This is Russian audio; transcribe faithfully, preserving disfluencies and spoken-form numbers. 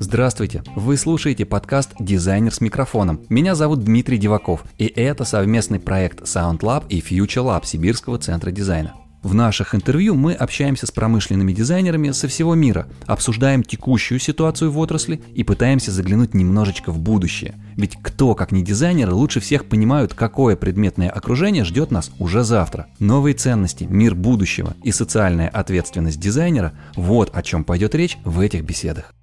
Здравствуйте! Вы слушаете подкаст «Дизайнер с микрофоном». Меня зовут Дмитрий Диваков, и это совместный проект SoundLab и FutureLab Сибирского центра дизайна. В наших интервью мы общаемся с промышленными дизайнерами со всего мира, обсуждаем текущую ситуацию в отрасли и пытаемся заглянуть немножечко в будущее. Ведь кто, как не дизайнеры, лучше всех понимают, какое предметное окружение ждет нас уже завтра. Новые ценности, мир будущего и социальная ответственность дизайнера – вот о чем пойдет речь в этих беседах.